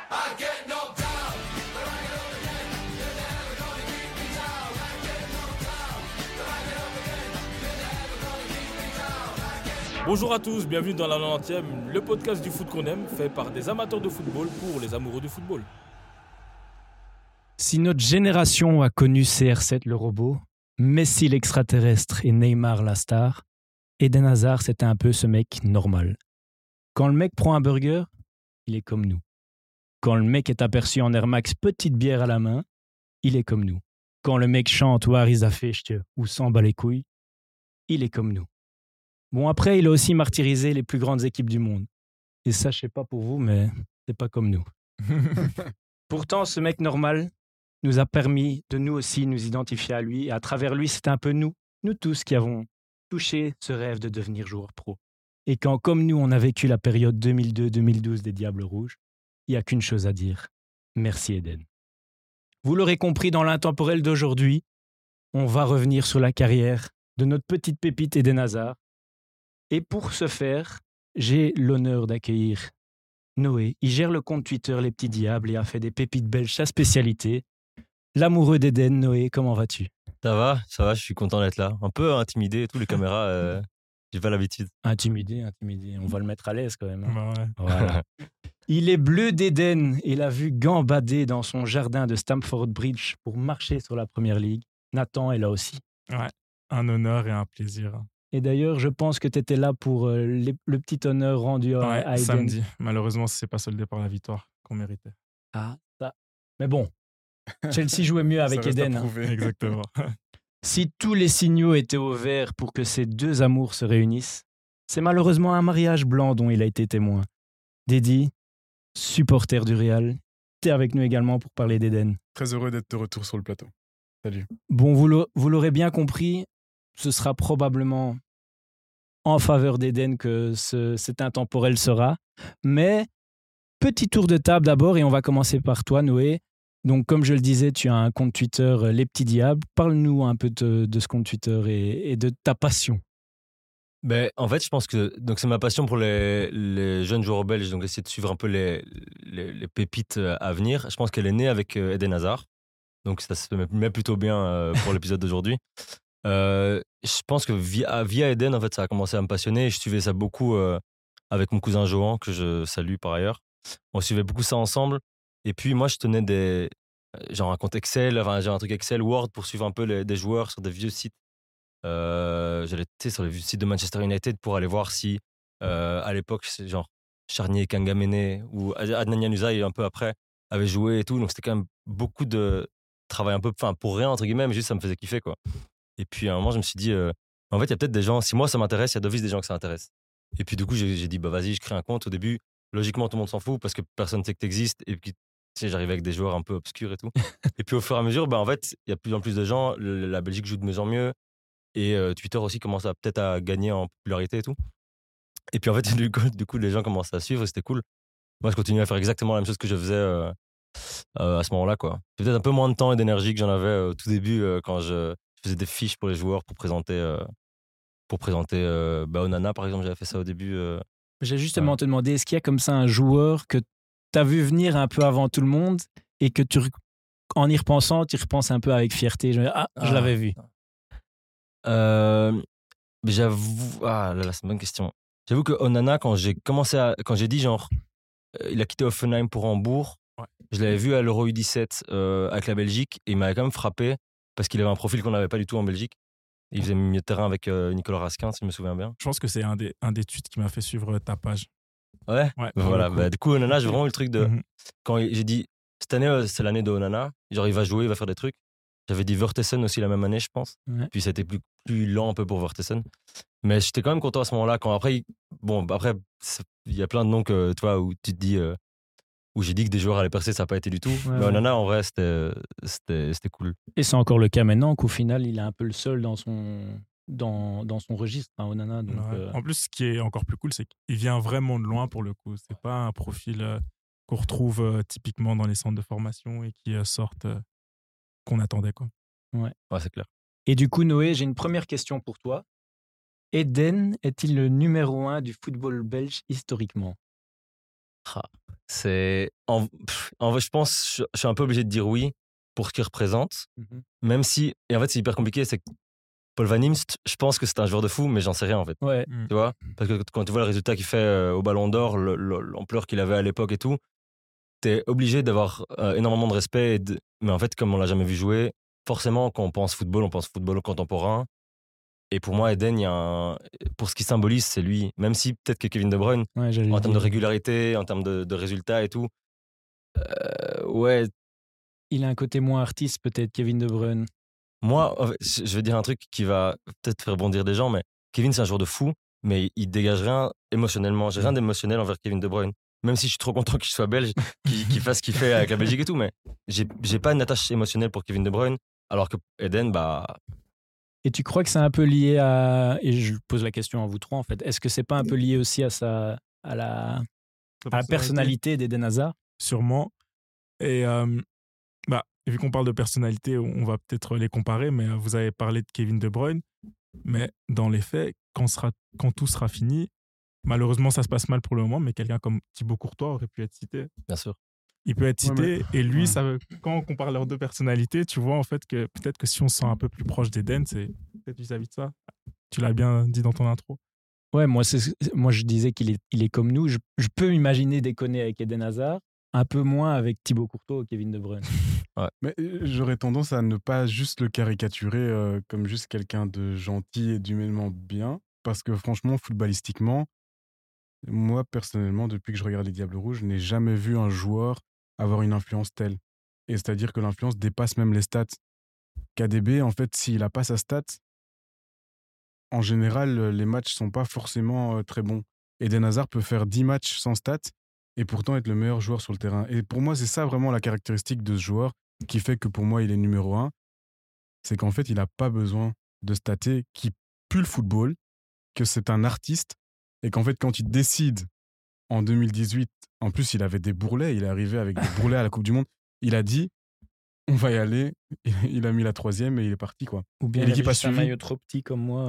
Bonjour à tous, bienvenue dans la 90e, le podcast du foot qu'on aime, fait par des amateurs de football pour les amoureux du football. Si notre génération a connu CR7 le robot, Messi l'extraterrestre et Neymar la star, Eden Hazard c'était un peu ce mec normal. Quand le mec prend un burger, il est comme nous. Quand le mec est aperçu en Air Max petite bière à la main, il est comme nous. Quand le mec chante Waar is dat feestje ou s'en bat les couilles, il est comme nous. Bon, après, il a aussi martyrisé les plus grandes équipes du monde. Et ça, je sais pas pour vous, mais c'est pas comme nous. Pourtant, ce mec normal nous a permis de nous aussi nous identifier à lui. Et à travers lui, c'est un peu nous tous qui avons touché ce rêve de devenir joueur pro. Et quand, comme nous, on a vécu la période 2002-2012 des Diables Rouges, il n'y a qu'une chose à dire. Merci Eden. Vous l'aurez compris, dans l'intemporel d'aujourd'hui, on va revenir sur la carrière de notre petite pépite Eden Hazard. Et pour ce faire, j'ai l'honneur d'accueillir Noé. Il gère le compte Twitter Les Petits Diables et a fait des pépites belges sa spécialité. L'amoureux d'Eden, Noé, comment vas-tu ? Ça va, je suis content d'être là. Un peu intimidé et tout, les caméras, j'ai pas l'habitude. Intimidé. On va le mettre à l'aise quand même. Hein. Bah ouais. Voilà. Il est bleu d'Eden et l'a vu gambader dans son jardin de Stamford Bridge pour marcher sur la Première Ligue. Nathan est là aussi. Ouais, un honneur et un plaisir. Et d'ailleurs, je pense que tu étais là pour le petit honneur rendu à Eden. Samedi. Malheureusement, c'est pas soldé par la victoire qu'on méritait. Ah, ça. Mais bon, Chelsea jouait mieux avec Ça reste Eden. à prouver. Exactement. Si tous les signaux étaient au vert pour que ces deux amours se réunissent, c'est malheureusement un mariage blanc dont il a été témoin. Dédi, supporter du Real, t'es avec nous également pour parler d'Eden. Très heureux d'être de retour sur le plateau. Salut. Bon, vous l'aurez bien compris, ce sera probablement en faveur d'Eden que cet intemporel sera. Mais petit tour de table d'abord et on va commencer par toi, Noé. Donc, comme je le disais, tu as un compte Twitter, Les Petits Diables. Parle-nous un peu de ce compte Twitter et de ta passion. Ben, en fait, je pense que donc c'est ma passion pour les jeunes joueurs belges, donc essayer de suivre un peu les pépites à venir. Je pense qu'elle est née avec Eden Hazard, donc ça se met plutôt bien pour l'épisode d'aujourd'hui. Je pense que via Eden, en fait, ça a commencé à me passionner. Je suivais ça beaucoup avec mon cousin Johan, que je salue par ailleurs. On suivait beaucoup ça ensemble. Et puis moi, je tenais genre un compte Excel, enfin j'ai un truc Excel, Word pour suivre un peu des joueurs sur des vieux sites. J'allais sur les vieux sites de Manchester United pour aller voir si à l'époque, c'est genre Charnier, Kangamene ou Adnan Januzaj un peu après avaient joué et tout. Donc c'était quand même beaucoup de travail un peu, enfin pour rien entre guillemets, mais juste ça me faisait kiffer quoi. Et puis à un moment, je me suis dit, en fait, il y a peut-être des gens, si moi ça m'intéresse, il y a d'office des gens que ça intéresse. Et puis du coup, j'ai dit, bah vas-y, je crée un compte. Au début, logiquement, tout le monde s'en fout parce que personne ne sait que tu existes. Et puis, tu sais, j'arrivais avec des joueurs un peu obscurs et tout. Et puis au fur et à mesure, bah, en fait, il y a de plus en plus de gens. La Belgique joue de mieux en mieux. Et Twitter aussi commence peut-être à gagner en popularité et tout. Et puis en fait, du coup, les gens commencent à suivre et c'était cool. Moi, je continue à faire exactement la même chose que je faisais à ce moment-là, quoi. Peut-être un peu moins de temps et d'énergie que j'en avais au tout début quand je faisais des fiches pour les joueurs pour présenter Onana, par exemple. J'avais fait ça au début. J'ai justement te demandé, est-ce qu'il y a comme ça un joueur que tu as vu venir un peu avant tout le monde et que en y repensant, tu y repenses un peu avec fierté. Je l'avais vu. Mais j'avoue, c'est une bonne question. J'avoue que Onana, quand j'ai dit genre, il a quitté Hoffenheim pour Hambourg, je l'avais vu à l'Euro U17 avec la Belgique et il m'avait quand même frappé parce qu'il avait un profil qu'on n'avait pas du tout en Belgique. Il faisait milieu de terrain avec Nicolas Raskin, si je me souviens bien. Je pense que c'est un des tweets qui m'a fait suivre ta page. Ouais. Voilà. Du coup, Onana, j'ai vraiment eu le truc de. Quand j'ai dit, cette année, c'est l'année de Onana, genre il va jouer, il va faire des trucs. J'avais dit Vertessen aussi la même année, je pense. Ouais. Puis ça a été plus lent un peu pour Vertessen. Mais j'étais quand même content à ce moment-là. Après, il y a plein de noms que, tu vois, où tu te dis. Où j'ai dit que des joueurs allaient percer, ça n'a pas été du tout. Ouais, mais Onana, en vrai, c'était cool. Et c'est encore le cas maintenant qu'au final, il est un peu le seul dans son registre, hein, Onana. Donc, En plus, ce qui est encore plus cool, c'est qu'il vient vraiment de loin pour le coup. C'est pas un profil qu'on retrouve typiquement dans les centres de formation et qui sortent qu'on attendait, quoi. Ouais, c'est clair. Et du coup, Noé, j'ai une première question pour toi. Eden est-il le numéro 1 du football belge historiquement ? C'est en vrai, je pense, je suis un peu obligé de dire oui pour ce qu'il représente, même si, et en fait, c'est hyper compliqué, c'est que Paul Van Imst, je pense que c'est un joueur de fou, mais j'en sais rien en fait. Ouais. Tu vois, parce que quand tu vois le résultat qu'il fait au Ballon d'Or, l'ampleur qu'il avait à l'époque et tout, t'es obligé d'avoir énormément de respect. Mais en fait, comme on l'a jamais vu jouer, forcément, quand on pense football contemporain. Et pour moi, Eden, pour ce qu'il symbolise, c'est lui. Même si peut-être que Kevin De Bruyne, en termes de régularité, en termes de résultats et tout, ouais. Il a un côté moins artiste, peut-être, Kevin De Bruyne. Moi, en fait, je vais dire un truc qui va peut-être faire bondir des gens, mais Kevin, c'est un joueur de fou, mais il dégage rien émotionnellement. J'ai rien d'émotionnel envers Kevin De Bruyne. Même si je suis trop content qu'il soit belge, qu'il fasse ce qu'il fait avec la Belgique et tout, mais j'ai pas une attache émotionnelle pour Kevin De Bruyne, alors que Eden, bah. Et tu crois que c'est un peu lié à. Et je pose la question à vous trois, en fait. Est-ce que c'est pas un peu lié aussi à la personnalité d'Eden Hazard? Sûrement. Et vu qu'on parle de personnalité, on va peut-être les comparer, mais vous avez parlé de Kevin De Bruyne. Mais dans les faits, quand tout sera fini, malheureusement, ça se passe mal pour le moment, mais quelqu'un comme Thibaut Courtois aurait pu être cité. Bien sûr. Il peut être cité, et lui, quand on compare leurs deux personnalités, tu vois en fait que peut-être que si on se sent un peu plus proche d'Eden, c'est peut-être vis-à-vis de ça. Tu l'as bien dit dans ton intro. Ouais, moi je disais qu'il est comme nous. Je peux m'imaginer déconner avec Eden Hazard, un peu moins avec Thibaut Courtois ou Kevin De Bruyne. Ouais. Mais j'aurais tendance à ne pas juste le caricaturer comme juste quelqu'un de gentil et d'humainement bien, parce que franchement, footballistiquement, moi personnellement, depuis que je regarde les Diables Rouges, je n'ai jamais vu un joueur avoir une influence telle. Et c'est-à-dire que l'influence dépasse même les stats. KDB, en fait, s'il n'a pas sa stat, en général, les matchs sont pas forcément très bons. Eden Hazard peut faire 10 matchs sans stats et pourtant être le meilleur joueur sur le terrain. Et pour moi, c'est ça vraiment la caractéristique de ce joueur qui fait que pour moi, il est numéro 1. C'est qu'en fait, il n'a pas besoin de stater, qui pue le football, que c'est un artiste et qu'en fait, quand il décide en 2018, en plus, il avait des bourrelets, il est arrivé avec des bourrelets à la Coupe du Monde, il a dit on va y aller, il a mis la 3e et il est parti, quoi. Ou bien l'équipe a suivi un maillot trop petit comme moi.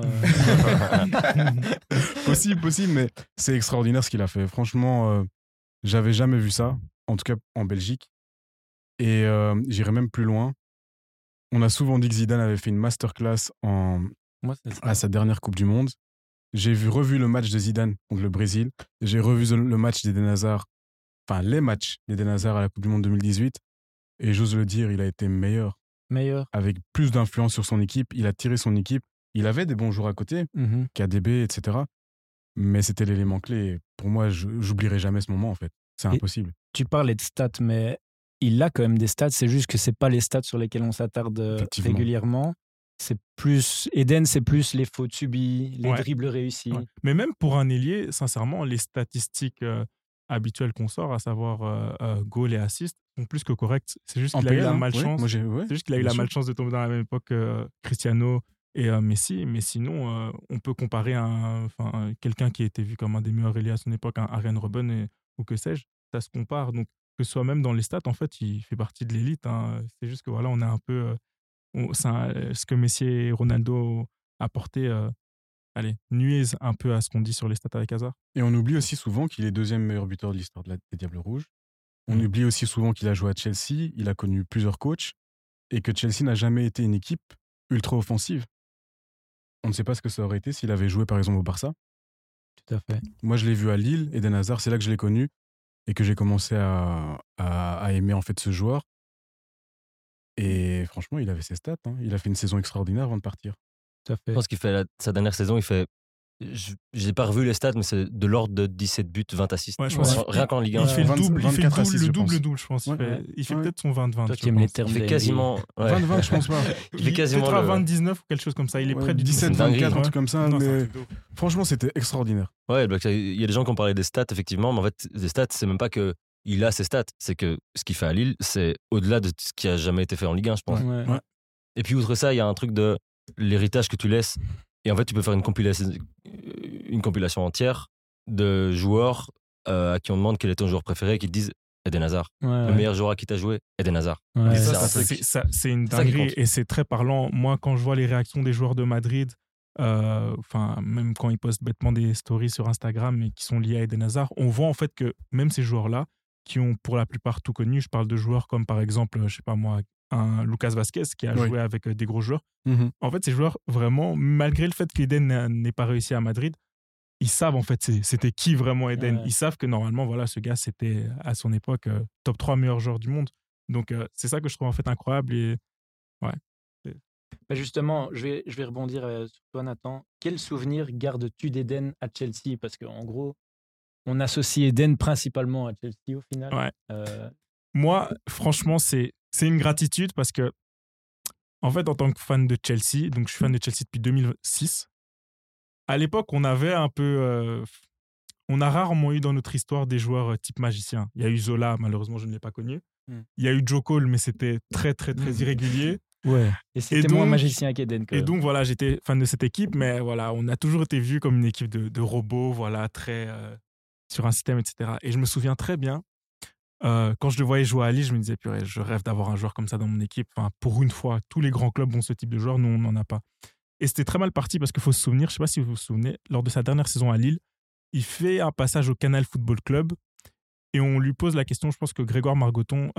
Possible, mais c'est extraordinaire ce qu'il a fait. Franchement, j'avais jamais vu ça, en tout cas en Belgique. Et j'irais même plus loin. On a souvent dit que Zidane avait fait une masterclass à sa dernière Coupe du Monde. J'ai revu le match de Zidane contre le Brésil. J'ai revu le match d'Eden Hazard, enfin les matchs d'Eden Hazard à la Coupe du Monde 2018. Et j'ose le dire, il a été meilleur. Avec plus d'influence sur son équipe. Il a tiré son équipe. Il avait des bons joueurs à côté, KDB, etc. Mais c'était l'élément clé. Et pour moi, j'oublierai jamais ce moment, en fait. C'est impossible. Tu parlais de stats, mais il a quand même des stats. C'est juste que c'est pas les stats sur lesquels on s'attarde régulièrement. C'est plus Eden, c'est plus les fautes subies, les dribbles réussis. Ouais. Mais même pour un ailier, sincèrement, les statistiques habituelles qu'on sort, à savoir goal et assist, sont plus que correctes. C'est juste qu'il a eu la malchance. C'est juste qu'il a eu la malchance de tomber dans la même époque que Cristiano et Messi. Mais sinon, on peut comparer quelqu'un qui a été vu comme un des meilleurs ailiers à son époque, un Arjen Robben ou que sais-je. Ça se compare. Donc que ce soit même dans les stats, en fait, il fait partie de l'élite. Hein. C'est juste que voilà, on est un peu ce que Messi et Ronaldo apportaient nuisent un peu à ce qu'on dit sur les stats avec Hazard. Et on oublie aussi souvent qu'il est 2e meilleur buteur de l'histoire des Diables Rouges. On oublie aussi souvent qu'il a joué à Chelsea, il a connu plusieurs coachs et que Chelsea n'a jamais été une équipe ultra offensive. On ne sait pas ce que ça aurait été s'il avait joué par exemple au Barça. Tout à fait. Moi, je l'ai vu à Lille, Eden Hazard, c'est là que je l'ai connu et que j'ai commencé à aimer en fait ce joueur. Et franchement, il avait ses stats. Hein. Il a fait une saison extraordinaire avant de partir. Tout à fait. Je pense qu'il fait sa dernière saison, il fait. J'ai pas revu les stats, mais c'est de l'ordre de 17 buts, 20 assists. Ouais, je pense rien qu'en Ligue 1. Il fait le double, 24 assists, le double, je pense. Il fait peut-être son 20-20. Toi qui aimes les termes. Il fait quasiment. 20-20, je pense pas. Il fait quasiment. Peut-être 20-19 ou quelque chose comme ça. Il est près du 17-24, un truc comme ça. Mais franchement, c'était extraordinaire. Ouais, il y a des gens qui ont parlé des stats, effectivement, mais en fait, des stats, c'est même pas que. Il a ses stats, c'est que ce qu'il fait à Lille, c'est au-delà de ce qui a jamais été fait en Ligue 1, je pense. Ouais. Et puis, outre ça, il y a un truc de l'héritage que tu laisses. Et en fait, tu peux faire une compilation entière de joueurs à qui on demande quel est ton joueur préféré et qui te disent Eden Hazard. Le meilleur joueur à qui tu as joué, Eden Hazard. Ouais, c'est une dinguerie et c'est très parlant. Moi, quand je vois les réactions des joueurs de Madrid même quand ils postent bêtement des stories sur Instagram et qui sont liés à Eden Hazard, on voit en fait que même ces joueurs-là, qui ont pour la plupart tout connu, je parle de joueurs comme par exemple, je sais pas moi, un Lucas Vazquez qui a joué avec des gros joueurs. En fait, ces joueurs, vraiment, malgré le fait qu'Eden n'ait pas réussi à Madrid, ils savent en fait c'était qui vraiment Eden. Ils savent que normalement, voilà, ce gars, c'était à son époque top 3 meilleurs joueurs du monde. Donc, c'est ça que je trouve en fait incroyable. Et ouais. Bah justement, je vais rebondir sur toi, Nathan. Quel souvenir gardes-tu d'Eden à Chelsea? Parce qu'en gros, on associe Eden principalement à Chelsea au final. Ouais. Moi, franchement, c'est une gratitude parce que, en fait, en tant que fan de Chelsea, donc je suis fan de Chelsea depuis 2006, à l'époque, on avait un peu... on a rarement eu dans notre histoire des joueurs type magicien. Il y a eu Zola, malheureusement, je ne l'ai pas connu. Il y a eu Joe Cole, mais c'était très, très, très irrégulier. Ouais. Et c'était moins magicien qu'Eden. Et donc, voilà, j'étais fan de cette équipe, mais voilà, on a toujours été vu comme une équipe de robots, voilà, très... sur un système, etc. Et je me souviens très bien, quand je le voyais jouer à Lille, je me disais, purée, je rêve d'avoir un joueur comme ça dans mon équipe. Enfin, pour une fois, tous les grands clubs ont ce type de joueur, nous, on n'en a pas. Et c'était très mal parti parce qu'il faut se souvenir, je ne sais pas si vous vous souvenez, lors de sa dernière saison à Lille, il fait un passage au Canal Football Club et on lui pose la question, je pense que Grégoire Margoton,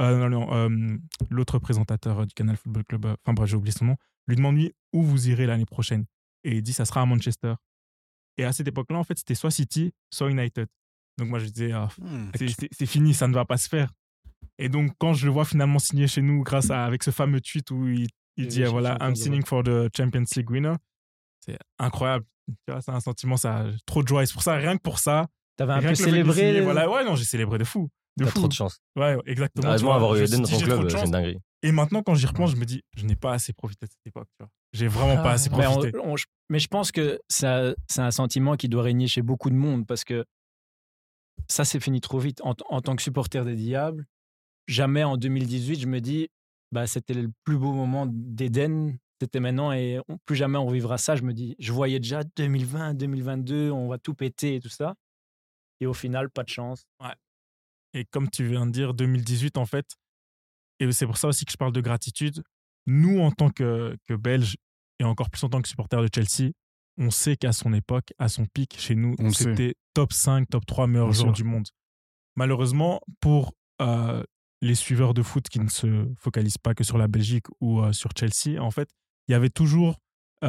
l'autre présentateur du Canal Football Club, enfin bref, j'ai oublié son nom, lui demande lui où vous irez l'année prochaine. Et il dit, ça sera à Manchester. Et à cette époque-là, en fait, c'était soit City, soit United. Donc moi, je disais, c'est fini, ça ne va pas se faire. Et donc, quand je le vois finalement signer chez nous, avec ce fameux tweet où il dit, voilà, I'm signing for the Champions League winner, c'est incroyable. Tu vois, c'est un sentiment, ça, trop de joie. Et c'est pour ça, rien que pour ça. T'avais un peu célébré. Voilà, ouais, non, j'ai célébré de fou. T'as trop de chance. Ouais, exactement. Heureusement, avoir eu Eden dans ton club, c'est une dinguerie. Et maintenant, quand j'y repense, je me dis, je n'ai pas assez profité de cette époque. Tu vois. J'ai vraiment pas assez profité. Mais je pense que c'est un sentiment qui doit régner chez beaucoup de monde parce que ça s'est fini trop vite. En tant que supporter des Diables, jamais en 2018, je me dis, bah, c'était le plus beau moment d'Eden. C'était maintenant et plus jamais on vivra ça. Je me dis, je voyais déjà 2020, 2022, on va tout péter et tout ça. Et au final, pas de chance. Ouais. Et comme tu viens de dire, 2018, en fait, et c'est pour ça aussi que je parle de gratitude, nous, en tant que Belges, et encore plus en tant que supporters de Chelsea, on sait qu'à son époque, à son pic, chez nous, c'était top 5, top 3 meilleurs joueurs du monde. Malheureusement, pour les suiveurs de foot qui ne se focalisent pas que sur la Belgique ou sur Chelsea, en fait, il y avait toujours...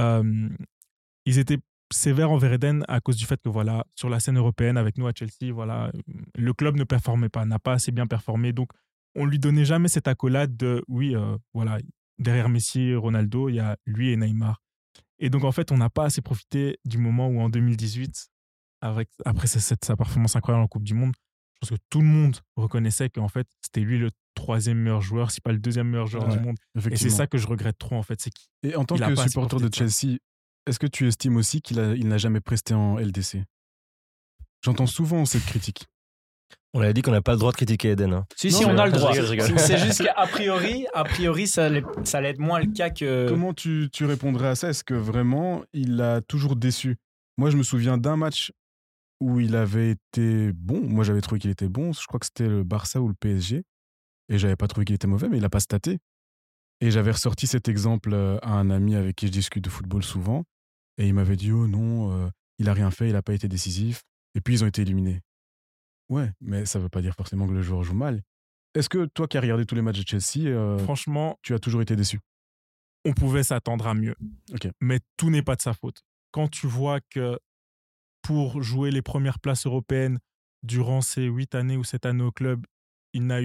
ils étaient sévères envers Eden à cause du fait que, voilà, sur la scène européenne, avec nous à Chelsea, voilà, le club ne performait pas, n'a pas assez bien performé. Donc, on lui donnait jamais cette accolade de, oui, voilà, derrière Messi et Ronaldo, il y a lui et Neymar. Et donc, en fait, on n'a pas assez profité du moment où, en 2018, après sa performance incroyable en Coupe du Monde, je pense que tout le monde reconnaissait qu'en fait, c'était lui le 3e meilleur joueur, si pas le 2e meilleur joueur du monde. Et c'est ça que je regrette trop, en fait. Et en tant que supporter de Chelsea, est-ce que tu estimes aussi qu'il n'a jamais presté en LDC? J'entends souvent cette critique. On avait dit qu'on n'a pas le droit de critiquer Eden. Hein. Si, on a le droit. C'est juste qu'a priori, ça allait être moins le cas que... Comment tu répondrais à ça? Est-ce que vraiment, il a toujours déçu? Moi, je me souviens d'un match où il avait été bon. Moi, j'avais trouvé qu'il était bon. Je crois que c'était le Barça ou le PSG. Et j'avais pas trouvé qu'il était mauvais, mais il n'a pas staté. Et j'avais ressorti cet exemple à un ami avec qui je discute de football souvent. Et il m'avait dit, oh non, il n'a rien fait, il n'a pas été décisif. Et puis, ils ont été éliminés. Ouais, mais ça ne veut pas dire forcément que le joueur joue mal. Est-ce que toi qui as regardé tous les matchs de Chelsea, franchement, tu as toujours été déçu? On pouvait s'attendre à mieux. Okay. Mais tout n'est pas de sa faute. Quand tu vois que pour jouer les premières places européennes durant ces 8 années ou 7 années au club, on n'a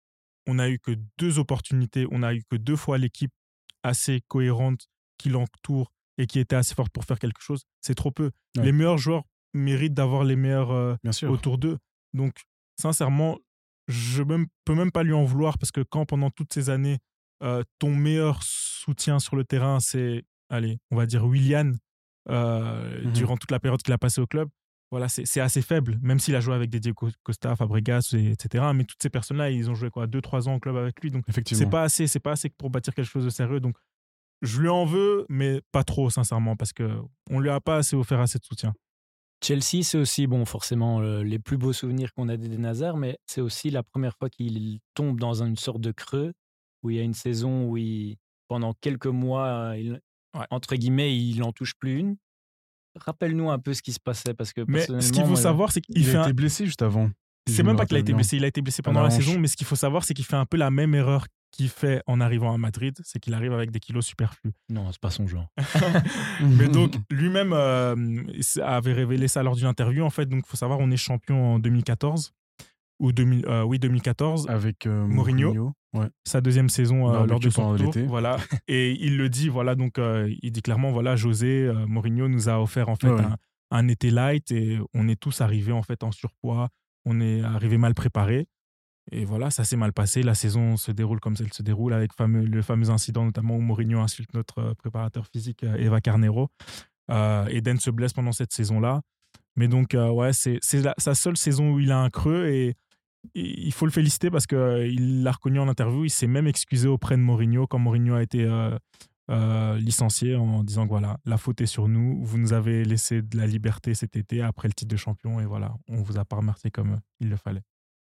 eu que 2 opportunités. On n'a eu que 2 fois l'équipe assez cohérente qui l'entoure et qui était assez forte pour faire quelque chose. C'est trop peu. Ouais. Les meilleurs joueurs méritent d'avoir les meilleurs autour d'eux. Donc, sincèrement, je peux même pas lui en vouloir parce que quand pendant toutes ces années, ton meilleur soutien sur le terrain, c'est, allez, on va dire Willian, durant toute la période qu'il a passée au club, voilà, c'est assez faible, même s'il a joué avec Diego Costa, Fabregas, etc. Mais toutes ces personnes-là, ils ont joué 2-3 ans au club avec lui. Donc, c'est pas assez pour bâtir quelque chose de sérieux. Donc, je lui en veux, mais pas trop, sincèrement, parce qu'on lui a pas assez offert assez de soutien. Chelsea, c'est aussi, bon, forcément, les plus beaux souvenirs qu'on a d'Eden Hazard, mais c'est aussi la première fois qu'il tombe dans une sorte de creux, où il y a une saison où pendant quelques mois, entre guillemets, il n'en touche plus une. rappelle-nous un peu ce qui se passait. Parce que mais ce qu'il faut savoir, c'est qu'il a été blessé juste avant. C'est même pas qu'il a été blessé. Il a été blessé pendant la saison, mais ce qu'il faut savoir, c'est qu'il fait un peu la même erreur qu'il fait en arrivant à Madrid, c'est qu'il arrive avec des kilos superflus. Non, c'est pas son genre. Mais donc, lui-même avait révélé ça lors d'une interview. En fait, donc, il faut savoir, on est champion en 2014. Ou 2014. Avec Mourinho. Ouais. Sa deuxième saison lors de son retour. Voilà. Et il le dit, voilà, donc, il dit clairement, voilà, José Mourinho nous a offert en fait un été light et on est tous arrivés en fait en surpoids. On est arrivés mal préparés. Et voilà, ça s'est mal passé. La saison se déroule comme elle se déroule, avec le fameux incident notamment où Mourinho insulte notre préparateur physique, Eva Carneiro. Eden se blesse pendant cette saison-là. Mais donc, c'est sa seule saison où il a un creux et il faut le féliciter parce qu'il l'a reconnu en interview. Il s'est même excusé auprès de Mourinho quand Mourinho a été licencié en disant que voilà, la faute est sur nous. Vous nous avez laissé de la liberté cet été après le titre de champion et voilà, on vous a pas remercié comme il le fallait.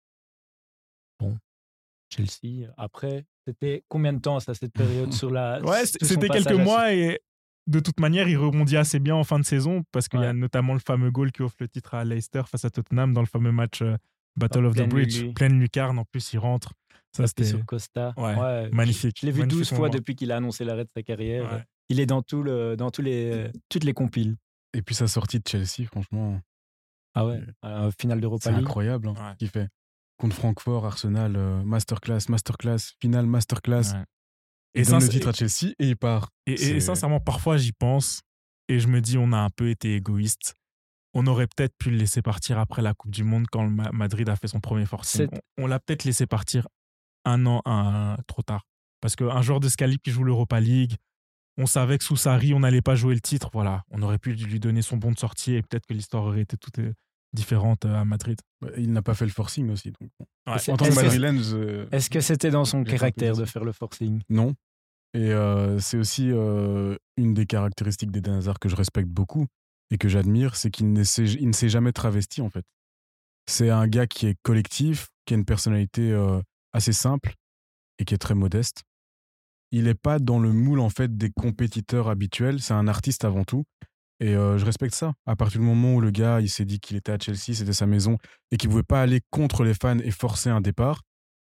Bon, Chelsea, après, c'était combien de temps ça, cette période sur la... Ouais, c'était quelques mois et de toute manière, il rebondit assez bien en fin de saison parce qu'il y a notamment le fameux goal qui offre le titre à Leicester face à Tottenham dans le fameux match Battle of the Bridge, pleine lucarne, en plus il rentre. Ça, c'était sur Costa. Ouais, magnifique. Je l'ai vu 12 fois depuis qu'il a annoncé l'arrêt de sa carrière. Ouais. Il est dans toutes les compiles. Et puis sa sortie de Chelsea, franchement... Ah ouais, finale d'Europa League. C'est incroyable ce qu'il fait. Contre Francfort, Arsenal, masterclass, finale, masterclass. Ouais. Il donne le titre à Chelsea et il part. Et sincèrement, parfois j'y pense et je me dis on a un peu été égoïste. On aurait peut-être pu le laisser partir après la Coupe du Monde quand Madrid a fait son premier forcing. On l'a peut-être laissé partir un an trop tard. Parce qu'un joueur de ce calibre qui joue l'Europa League, on savait que sous Sarri, on n'allait pas jouer le titre. Voilà, on aurait pu lui donner son bon de sortie et peut-être que l'histoire aurait été toute différente à Madrid. Il n'a pas fait le forcing aussi. Donc. En tant que Madrilène, est-ce que c'était dans son caractère de faire le forcing ? Non. Et c'est aussi une des caractéristiques d'Eden Hazard que je respecte beaucoup et que j'admire, c'est qu'il ne s'est jamais travesti en fait. C'est un gars qui est collectif, qui a une personnalité assez simple et qui est très modeste. Il n'est pas dans le moule en fait des compétiteurs habituels, c'est un artiste avant tout. Et je respecte ça. À partir du moment où le gars il s'est dit qu'il était à Chelsea, c'était sa maison, et qu'il ne pouvait pas aller contre les fans et forcer un départ,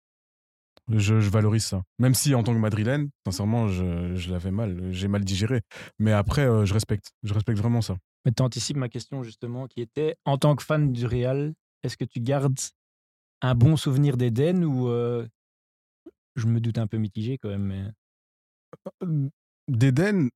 je valorise ça. Même si en tant que Madrilène, sincèrement, je l'avais mal, j'ai mal digéré. Mais après, je respecte vraiment ça. Mais tu anticipes ma question justement, qui était, en tant que fan du Real, est-ce que tu gardes un bon souvenir d'Eden ou je me doute un peu mitigé quand même. Mais... D'Eden,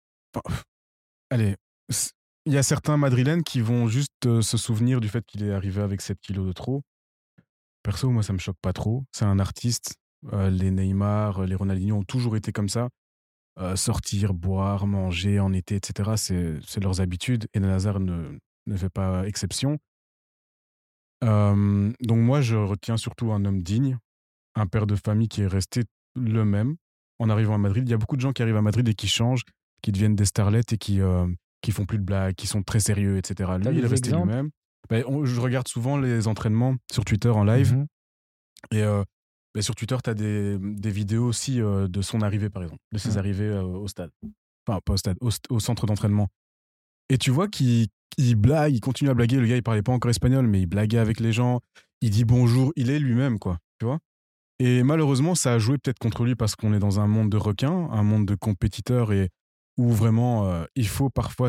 allez, il y a certains Madrilènes qui vont juste se souvenir du fait qu'il est arrivé avec 7 kilos de trop. Perso, moi, ça me choque pas trop. C'est un artiste. Les Neymar, les Ronaldinho ont toujours été comme ça. Sortir, boire, manger en été, etc. C'est leurs habitudes. Eden Hazard ne fait pas exception. Donc moi, je retiens surtout un homme digne, un père de famille qui est resté le même en arrivant à Madrid. Il y a beaucoup de gens qui arrivent à Madrid et qui changent, qui deviennent des starlets et qui font plus de blagues, qui sont très sérieux, etc. Lui, il est resté lui-même. Je regarde souvent les entraînements sur Twitter en live. Et sur Twitter, tu as des vidéos aussi de son arrivée, par exemple, de ses arrivées au stade. Enfin, pas au stade, au centre d'entraînement. Et tu vois qu'il blague, il continue à blaguer. Le gars, il parlait pas encore espagnol, mais il blaguait avec les gens. Il dit bonjour, il est lui-même, quoi. Tu vois ? Et malheureusement, ça a joué peut-être contre lui parce qu'on est dans un monde de requins, un monde de compétiteurs et où vraiment, il faut parfois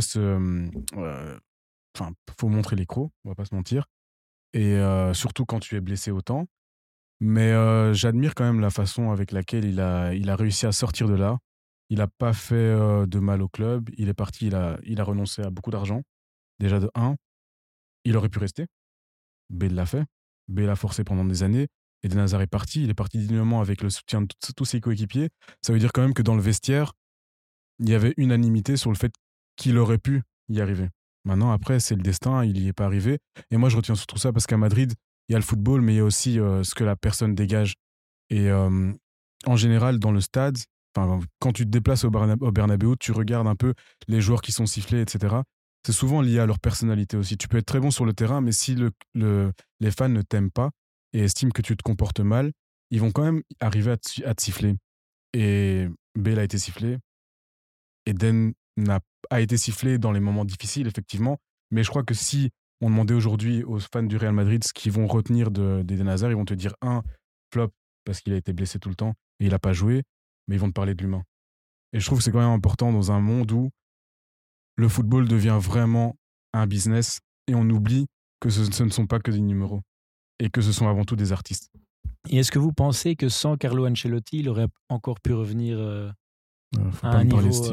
faut montrer les crocs, on va pas se mentir. Et surtout quand tu es blessé autant. Mais j'admire quand même la façon avec laquelle il a réussi à sortir de là. Il n'a pas fait de mal au club. Il est parti, il a renoncé à beaucoup d'argent. Déjà de 1, il aurait pu rester. B l'a fait. B l'a forcé pendant des années. Eden Hazard est parti. Il est parti dignement avec le soutien de tous ses coéquipiers. Ça veut dire quand même que dans le vestiaire, il y avait unanimité sur le fait qu'il aurait pu y arriver. Maintenant, après, c'est le destin. Il n'y est pas arrivé. Et moi, je retiens surtout ça parce qu'à Madrid, il y a le football, mais il y a aussi ce que la personne dégage. Et en général, dans le stade, quand tu te déplaces au Bernabéu, tu regardes un peu les joueurs qui sont sifflés, etc. C'est souvent lié à leur personnalité aussi. Tu peux être très bon sur le terrain, mais si les fans ne t'aiment pas et estiment que tu te comportes mal, ils vont quand même arriver à te siffler. Et Bale a été sifflé. Eden a été sifflé dans les moments difficiles, effectivement. Mais je crois que si on demandait aujourd'hui aux fans du Real Madrid ce qu'ils vont retenir d'Eden Hazard, ils vont te dire flop, parce qu'il a été blessé tout le temps et il n'a pas joué, mais ils vont te parler de l'humain. Et je trouve que c'est quand même important dans un monde où le football devient vraiment un business et on oublie que ce ne sont pas que des numéros et que ce sont avant tout des artistes. Et est-ce que vous pensez que sans Carlo Ancelotti, il aurait encore pu revenir à un niveau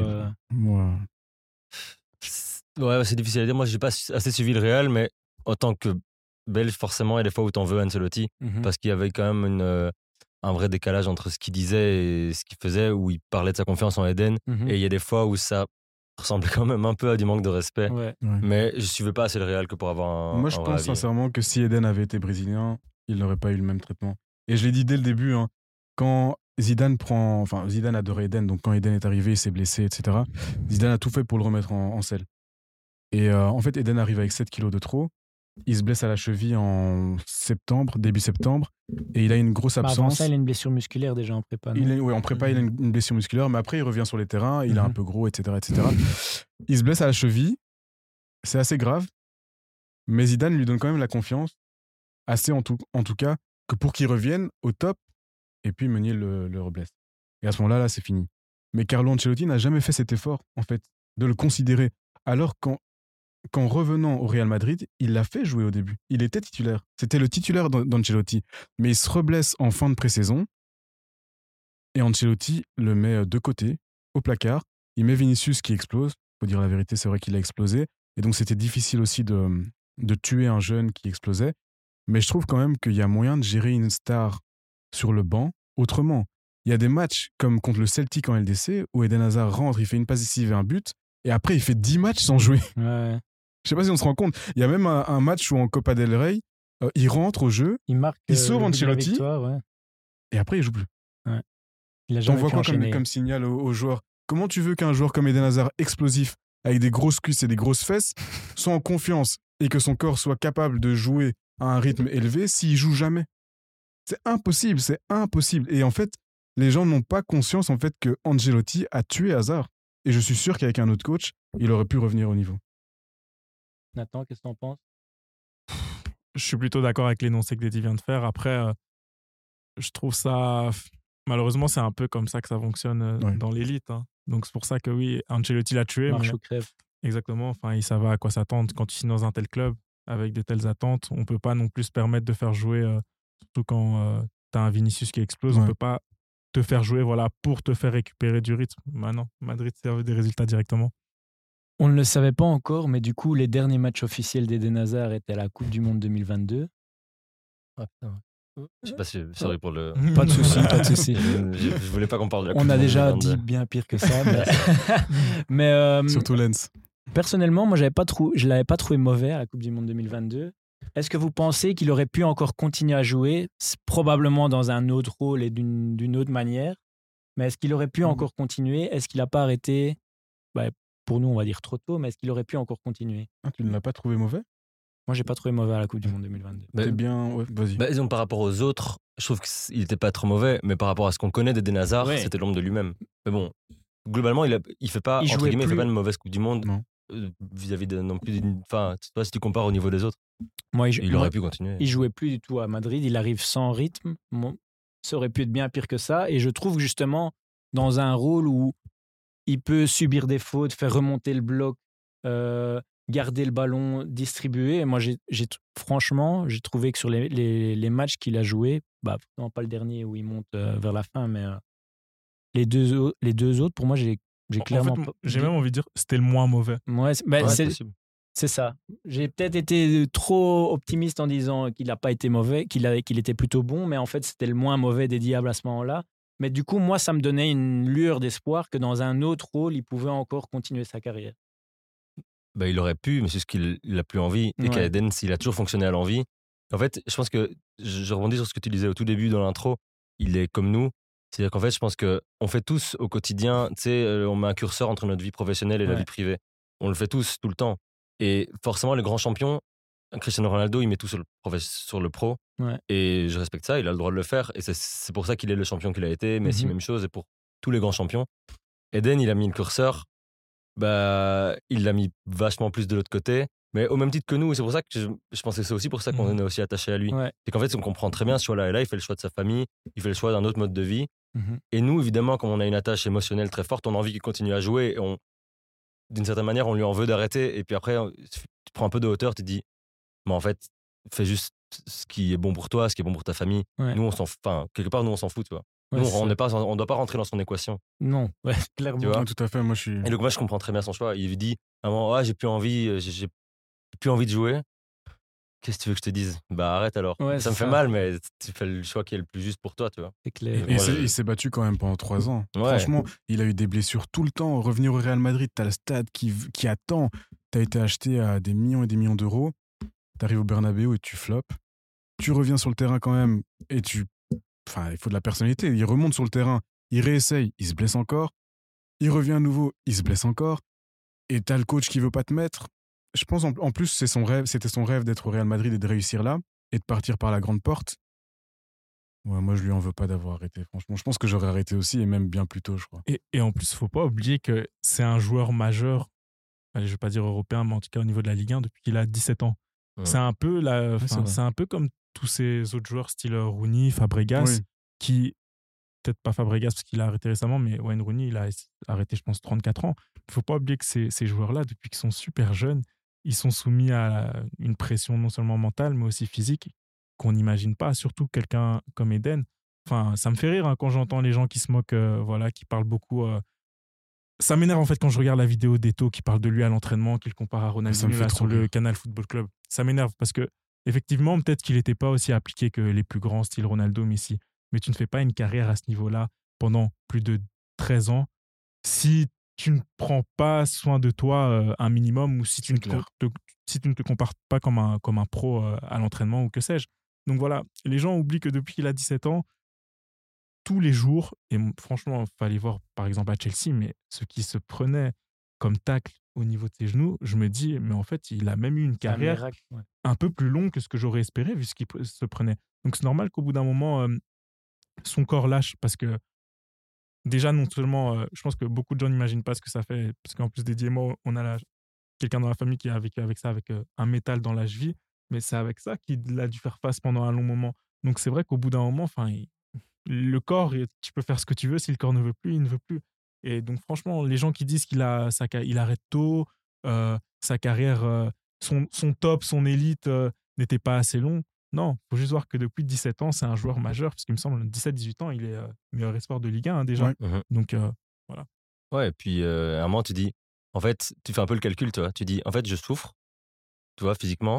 Ouais, c'est difficile à dire. Moi, j'ai pas assez suivi le Real, mais en tant que Belge, forcément, il y a des fois où t'en veux Ancelotti, parce qu'il y avait quand même un vrai décalage entre ce qu'il disait et ce qu'il faisait, où il parlait de sa confiance en Eden, et il y a des fois où ça ressemblait quand même un peu à du manque de respect. Mais je suivais pas assez le Real que pour avoir Moi, je pense sincèrement que si Eden avait été brésilien, il n'aurait pas eu le même traitement. Et je l'ai dit dès le début, quand Zidane adorait Eden, donc quand Eden est arrivé, il s'est blessé, etc. Zidane a tout fait pour le remettre en selle. Et en fait, Eden arrive avec 7 kilos de trop. Il se blesse à la cheville en début septembre, et il a une grosse absence. Avant ça, il a une blessure musculaire déjà en prépa. En prépa, il a une blessure musculaire, mais après, il revient sur les terrains, il est un peu gros, etc., etc. Il se blesse à la cheville, c'est assez grave, mais Zidane lui donne quand même la confiance, assez en tout cas, que pour qu'il revienne au top, et puis Meunier le reblesse. Et à ce moment-là, c'est fini. Mais Carlo Ancelotti n'a jamais fait cet effort, en fait, de le considérer. Alors qu'en revenant au Real Madrid, il l'a fait jouer au début. Il était titulaire. C'était le titulaire d'Ancelotti. Mais il se reblesse en fin de pré-saison. Et Ancelotti le met de côté, au placard. Il met Vinicius qui explose. Il faut dire la vérité, c'est vrai qu'il a explosé. Et donc, c'était difficile aussi de tuer un jeune qui explosait. Mais je trouve quand même qu'il y a moyen de gérer une star sur le banc autrement. Il y a des matchs comme contre le Celtic en LDC où Eden Hazard rentre, il fait une passe décisive et un but. Et après, il fait 10 matchs sans jouer. Ouais. Je sais pas si on se rend compte. Il y a même un match où en Copa del Rey, il rentre au jeu, il sauve Ancelotti, et après il joue plus. Ouais. Il a jamais T'envoies quoi comme signal aux joueurs? Comment tu veux qu'un joueur comme Eden Hazard, explosif, avec des grosses cuisses et des grosses fesses, soit en confiance et que son corps soit capable de jouer à un rythme élevé s'il joue jamais? C'est impossible. Et en fait, les gens n'ont pas conscience en fait que Ancelotti a tué Hazard. Et je suis sûr qu'avec un autre coach, il aurait pu revenir au niveau. Nathan, qu'est-ce que t'en penses? Je suis plutôt d'accord avec l'énoncé que Dédi vient de faire. Après, je trouve ça... Malheureusement, c'est un peu comme ça que ça fonctionne dans l'élite. Donc c'est pour ça que oui, Ancelotti l'a tué. Marche ou crève. Exactement. Enfin, il savait à quoi s'attendre quand tu signes dans un tel club avec de telles attentes. On ne peut pas non plus se permettre de faire jouer, surtout quand tu as un Vinicius qui explose, on ne peut pas te faire jouer pour te faire récupérer du rythme. Maintenant, Madrid servait des résultats directement. On ne le savait pas encore, mais du coup, les derniers matchs officiels d'Eden Hazard étaient à la Coupe du Monde 2022. Ah, putain. Je sais pas si sorry pour le. Pas de souci, pas de souci. Je voulais pas qu'on parle de la Coupe On a du déjà Monde dit bien pire que ça. Mais surtout Lens. Personnellement, moi, je l'avais pas trouvé mauvais à la Coupe du Monde 2022. Est-ce que vous pensez qu'il aurait pu encore continuer à jouer, probablement dans un autre rôle et d'une autre manière? Mais est-ce qu'il aurait pu encore continuer? Est-ce qu'il n'a pas arrêté? Pour nous, on va dire trop tôt, mais est-ce qu'il aurait pu encore continuer? Tu ne l'as pas trouvé mauvais? Moi, j'ai pas trouvé mauvais à la Coupe du Monde 2022. T'es bien, vas-y. Disons, par rapport aux autres, je trouve qu'il n'était pas trop mauvais, mais par rapport à ce qu'on connaît d'Eden Hazard, c'était l'ombre de lui-même. Mais bon, globalement, il fait pas, entre guillemets, il fait pas une mauvaise Coupe du Monde vis-à-vis de non plus enfin, si tu compares au niveau des autres. Il aurait pu continuer. Il jouait plus du tout à Madrid, il arrive sans rythme. Ça aurait pu être bien pire que ça. Et je trouve justement, dans un rôle où il peut subir des fautes, faire remonter le bloc, garder le ballon, distribuer. Et moi, franchement, j'ai trouvé que sur les matchs qu'il a joués, non pas le dernier où il monte vers la fin, mais les deux autres, pour moi, j'ai clairement... En fait, j'ai même envie de dire c'était le moins mauvais. Ouais, c'est ça. J'ai peut-être été trop optimiste en disant qu'il n'a pas été mauvais, qu'il était plutôt bon, mais en fait, c'était le moins mauvais des diables à ce moment-là. Mais du coup, moi, ça me donnait une lueur d'espoir que dans un autre rôle, il pouvait encore continuer sa carrière. Il aurait pu, mais c'est ce qu'il n'a plus envie. Et qu'à Eden, il a toujours fonctionné à l'envie. En fait, je pense que, je rebondis sur ce que tu disais au tout début dans l'intro, il est comme nous. C'est-à-dire qu'en fait, je pense qu'on fait tous au quotidien, tu sais, on met un curseur entre notre vie professionnelle et la vie privée. On le fait tous, tout le temps. Et forcément, les grands champions, Cristiano Ronaldo, il met tout sur le pro. Ouais. Et je respecte ça, il a le droit de le faire. Et c'est pour ça qu'il est le champion qu'il a été. Messi, même chose. Et pour tous les grands champions. Eden, il a mis le curseur il l'a mis vachement plus de l'autre côté. Mais au même titre que nous, et c'est pour ça que je pense que c'est aussi pour ça qu'on est aussi attaché à lui. Ouais. C'est qu'en fait, on comprend très bien ce choix-là. Et là, il fait le choix de sa famille, il fait le choix d'un autre mode de vie. Mhm. Et nous, évidemment, comme on a une attache émotionnelle très forte, on a envie qu'il continue à jouer. Et d'une certaine manière, on lui en veut d'arrêter. Et puis après, tu prends un peu de hauteur, tu te dis, mais en fait, fais juste ce qui est bon pour toi, ce qui est bon pour ta famille. Ouais. Nous, quelque part, nous, on s'en fout, tu vois. Ouais, nous, on doit pas rentrer dans son équation. Non, ouais, clairement. Tu vois tout à fait, moi Et donc, moi, je comprends très bien son choix. Il dit, à un moment, j'ai plus envie de jouer. Qu'est-ce que tu veux que je te dise ? Arrête alors. Ouais, ça me fait mal, mais tu fais le choix qui est le plus juste pour toi, tu vois. C'est clair. Et il s'est battu quand même pendant 3 ans. Ouais. Franchement, il a eu des blessures tout le temps. Revenir au Real Madrid, t'as le stade qui attend. T'as été acheté à des millions et des millions d'euros. T'arrives au Bernabéu et tu floppes. Tu reviens sur le terrain quand même et il faut de la personnalité. Il remonte sur le terrain, il réessaye, il se blesse encore. Il revient à nouveau, il se blesse encore. Et t'as le coach qui veut pas te mettre. Je pense en plus c'était son rêve d'être au Real Madrid et de réussir là et de partir par la grande porte. Ouais, moi je lui en veux pas d'avoir arrêté, franchement. Je pense que j'aurais arrêté aussi et même bien plus tôt, je crois. Et en plus, faut pas oublier que c'est un joueur majeur, allez, je vais pas dire européen, mais en tout cas au niveau de la Ligue 1 depuis qu'il a 17 ans. Ouais. C'est un peu c'est un peu comme tous ces autres joueurs style Rooney, Fabregas, qui peut-être pas Fabregas parce qu'il a arrêté récemment, mais Wayne Rooney, il a arrêté, je pense, 34 ans. Il faut pas oublier que ces joueurs-là, depuis qu'ils sont super jeunes, ils sont soumis à une pression non seulement mentale, mais aussi physique, qu'on n'imagine pas, surtout quelqu'un comme Eden. Enfin, ça me fait rire quand j'entends les gens qui se moquent, qui parlent beaucoup. Ça m'énerve en fait quand je regarde la vidéo d'Eto'o qui parle de lui à l'entraînement, qu'il compare à Ronaldinho sur le Canal Football Club. Ça m'énerve parce que, effectivement, peut-être qu'il n'était pas aussi appliqué que les plus grands, style Ronaldo, Messi. Mais tu ne fais pas une carrière à ce niveau-là pendant plus de 13 ans si tu ne prends pas soin de toi un minimum ou si tu ne te compares pas comme un pro à l'entraînement ou que sais-je. Donc voilà, les gens oublient que depuis qu'il a 17 ans, tous les jours, et franchement, il fallait voir par exemple à Chelsea, mais ce qui se prenait comme tacle au niveau de ses genoux, je me dis, mais en fait, il a même eu une carrière un peu plus longue que ce que j'aurais espéré vu ce qu'il se prenait. Donc c'est normal qu'au bout d'un moment, son corps lâche parce que déjà, non seulement, je pense que beaucoup de gens n'imaginent pas ce que ça fait, parce qu'en plus d'Eddie et moi, on a quelqu'un dans la famille qui a vécu avec ça, avec un métal dans la cheville, mais c'est avec ça qu'il a dû faire face pendant un long moment. Donc c'est vrai qu'au bout d'un moment, le corps, tu peux faire ce que tu veux, si le corps ne veut plus, il ne veut plus. Et donc franchement, les gens qui disent qu'il arrête tôt, sa carrière, son top, son élite n'était pas assez long. Non, il faut juste voir que depuis 17 ans, c'est un joueur majeur, parce qu'il me semble, 17-18 ans, il est meilleur espoir de Ligue 1 déjà. Ouais. Donc, voilà. Ouais, et puis à un moment, tu dis, en fait, tu fais un peu le calcul, tu vois. Tu dis, en fait, je souffre, tu vois, physiquement.